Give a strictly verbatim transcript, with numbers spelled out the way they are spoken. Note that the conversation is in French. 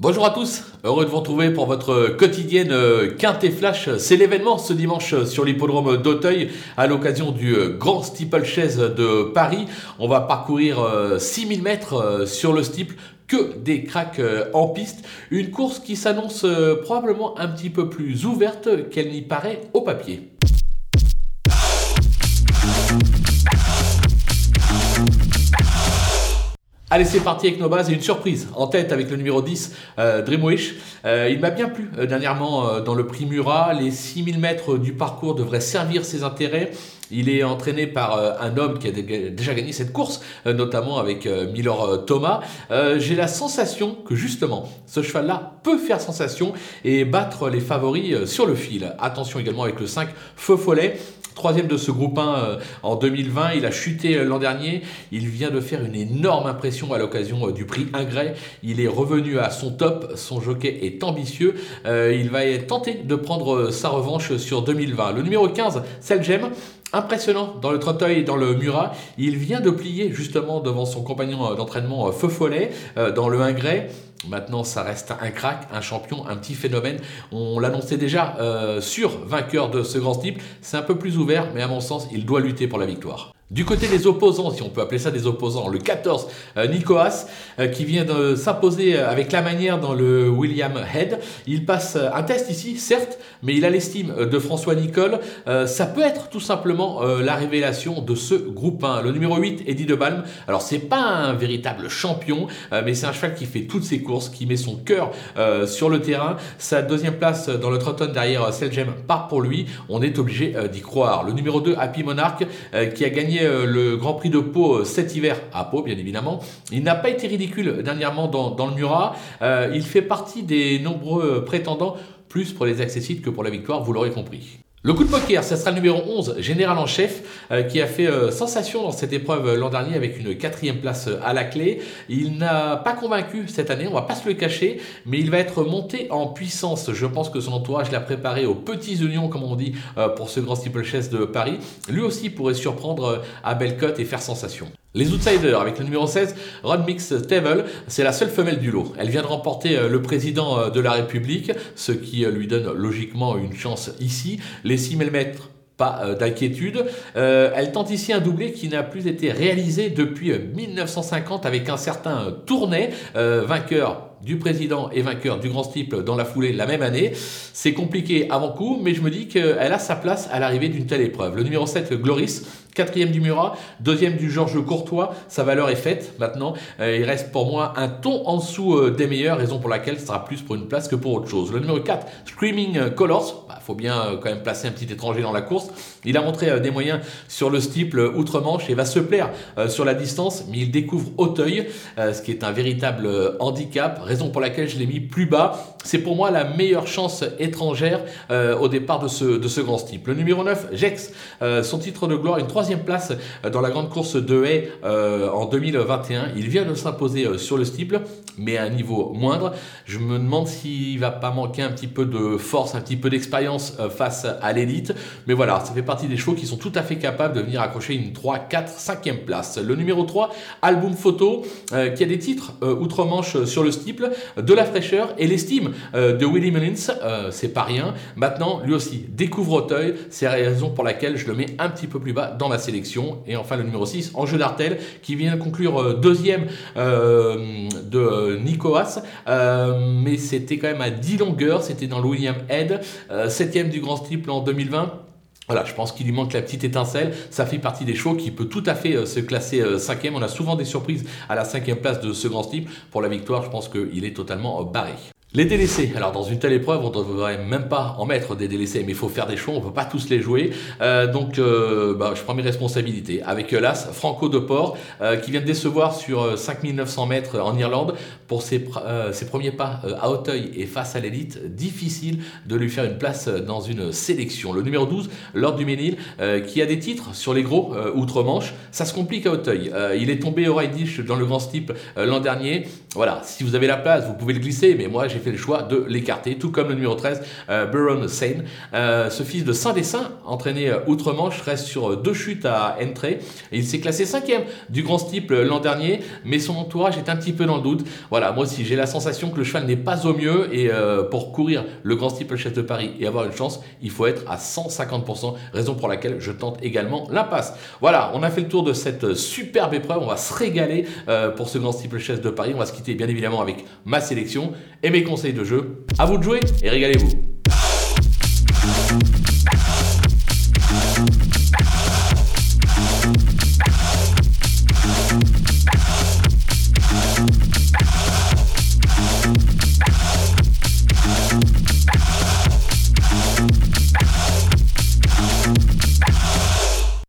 Bonjour à tous, heureux de vous retrouver pour votre quotidienne Quintet Flash. C'est l'événement ce dimanche sur l'hippodrome d'Auteuil à l'occasion du Grand Steeplechase de Paris. On va parcourir six mille mètres sur le steeple, que des cracks en piste. Une course qui s'annonce probablement un petit peu plus ouverte qu'elle n'y paraît au papier. Allez, c'est parti avec nos bases et une surprise en tête avec le numéro dix, euh, Dreamwish. Euh, il m'a bien plu euh, dernièrement euh, dans le prix Murat. Les six mille mètres du parcours devraient servir ses intérêts. Il est entraîné par euh, un homme qui a déjà gagné cette course, euh, notamment avec euh, Miller euh, Thomas. Euh, j'ai la sensation que justement, ce cheval-là peut faire sensation et battre les favoris euh, sur le fil. Attention également avec le cinq, Feu Follet. Troisième de ce groupe un euh, en deux mille vingt, il a chuté euh, l'an dernier, il vient de faire une énorme impression à l'occasion euh, du prix Ingray, il est revenu à son top, son jockey est ambitieux, euh, il va tenter de prendre euh, sa revanche sur deux mille vingt. Le numéro quinze, Selgem, impressionnant dans le Trotteuil et dans le Murat, il vient de plier justement devant son compagnon euh, d'entraînement euh, Feu Follet euh, dans le Ingray. Maintenant, ça reste un crack, un champion, un petit phénomène. On l'annonçait déjà euh, sur vainqueur de ce grand steeple. C'est un peu plus ouvert, mais à mon sens, il doit lutter pour la victoire. Du côté des opposants, si on peut appeler ça des opposants, le quatorze, euh, Nicoas, euh, qui vient de s'imposer avec la manière dans le William Head. Il passe un test ici, certes, mais il a l'estime de François Nicole. Euh, ça peut être tout simplement euh, la révélation de ce groupe un. Le numéro huit, Eddie de Balme. Alors, c'est pas un véritable champion, euh, mais c'est un cheval qui fait toutes ses courses, qui met son cœur euh, sur le terrain. Sa deuxième place dans le Trotton derrière Selgem part pour lui. On est obligé euh, d'y croire. Le numéro deux, Happy Monarch, euh, qui a gagné le Grand Prix de Pau cet hiver à Pau, bien évidemment. Il n'a pas été ridicule dernièrement dans, dans le Murat. Euh, il fait partie des nombreux prétendants, plus pour les accessites que pour la victoire, vous l'aurez compris. Le coup de poker, ça sera le numéro onze, Général en chef, euh, qui a fait euh, sensation dans cette épreuve euh, l'an dernier avec une quatrième place euh, à la clé. Il n'a pas convaincu cette année, on va pas se le cacher, mais il va être monté en puissance. Je pense que son entourage l'a préparé aux petits oignons, comme on dit, euh, pour ce Grand Steeplechase de Paris. Lui aussi pourrait surprendre euh, à belle cote et faire sensation. Les outsiders avec le numéro seize, Rod Mix Tevel, c'est la seule femelle du lot. Elle vient de remporter le président de la République, ce qui lui donne logiquement une chance ici. Les six mille mètres, pas d'inquiétude. Euh, elle tente ici un doublé qui n'a plus été réalisé depuis mille neuf cent cinquante avec un certain Tournai, euh, vainqueur du président et vainqueur du Grand Steeple dans la foulée la même année. C'est compliqué avant coup, mais je me dis qu'elle a sa place à l'arrivée d'une telle épreuve. Le numéro sept, Gloris, quatrième du Murat, deuxième du Georges Courtois, sa valeur est faite maintenant. Euh, il reste pour moi un ton en dessous euh, des meilleurs, raison pour laquelle ce sera plus pour une place que pour autre chose. Le numéro quatre, Screaming Colors, bah, faut bien euh, quand même placer un petit étranger dans la course. Il a montré euh, des moyens sur le steeple euh, outre-Manche et va se plaire euh, sur la distance, mais il découvre Auteuil, euh, ce qui est un véritable euh, handicap, raison pour laquelle je l'ai mis plus bas. C'est pour moi la meilleure chance étrangère euh, au départ de ce, de ce grand steeple. Le numéro neuf, Jex, euh, son titre de gloire, une troisième place dans la grande course de Haye euh, en deux mille vingt et un. Il vient de s'imposer euh, sur le steeple, mais à un niveau moindre. Je me demande s'il va pas manquer un petit peu de force, un petit peu d'expérience euh, face à l'élite. Mais voilà, ça fait partie des chevaux qui sont tout à fait capables de venir accrocher une trois, quatre, cinquième place. Le numéro trois, Album Photo, euh, qui a des titres euh, outre-Manche sur le steeple, de la fraîcheur et l'estime euh, de Willie Mullins, euh, c'est pas rien. Maintenant, lui aussi découvre Auteuil, c'est la raison pour laquelle je le mets un petit peu plus bas dans ma sélection. Et enfin le numéro six, Enjeu d'Artel, qui vient de conclure euh, deuxième euh, de euh, Nicoas, euh, mais c'était quand même à dix longueurs, c'était dans le William Head, euh, septième du Grand Steeple en deux mille vingt. Voilà, je pense qu'il lui manque la petite étincelle. Ça fait partie des chevaux qui peut tout à fait euh, se classer euh, cinquième. On a souvent des surprises à la cinquième place de ce grand steeple. Pour la victoire, je pense qu'il est totalement euh, barré. Les délaissés. Alors dans une telle épreuve, on ne devrait même pas en mettre des délaissés, mais il faut faire des choix, on ne peut pas tous les jouer. Euh, donc euh, bah, je prends mes responsabilités. Avec euh, l'As, Franco de Port, euh, qui vient de décevoir sur euh, cinq mille neuf cents mètres en Irlande pour ses, pr euh, ses premiers pas euh, à Auteuil et face à l'élite. Difficile de lui faire une place dans une sélection. Le numéro douze, Lord du Ménil, euh, qui a des titres sur les gros euh, outre-Manche. Ça se complique à Auteuil. Euh, il est tombé au Ride Dish dans le Grand Steeple euh, l'an dernier. Voilà, si vous avez la place, vous pouvez le glisser, mais moi j'ai fait le choix de l'écarter, tout comme le numéro treize, euh, Baron Sane. Euh, ce fils de Saint-Dessin, entraîné euh, outre-Manche, reste sur euh, deux chutes à Entray. Il s'est classé cinquième du grand steeple l'an dernier, mais son entourage est un petit peu dans le doute. Voilà, moi aussi j'ai la sensation que le cheval n'est pas au mieux, et euh, pour courir le grand steeple chef de Paris et avoir une chance, il faut être à cent cinquante pour cent, raison pour laquelle je tente également l'impasse. Voilà, on a fait le tour de cette superbe épreuve, on va se régaler euh, pour ce grand steeple chef de Paris. On va se quitter bien évidemment avec ma sélection et mes conseils de jeu. À vous de jouer et régalez-vous.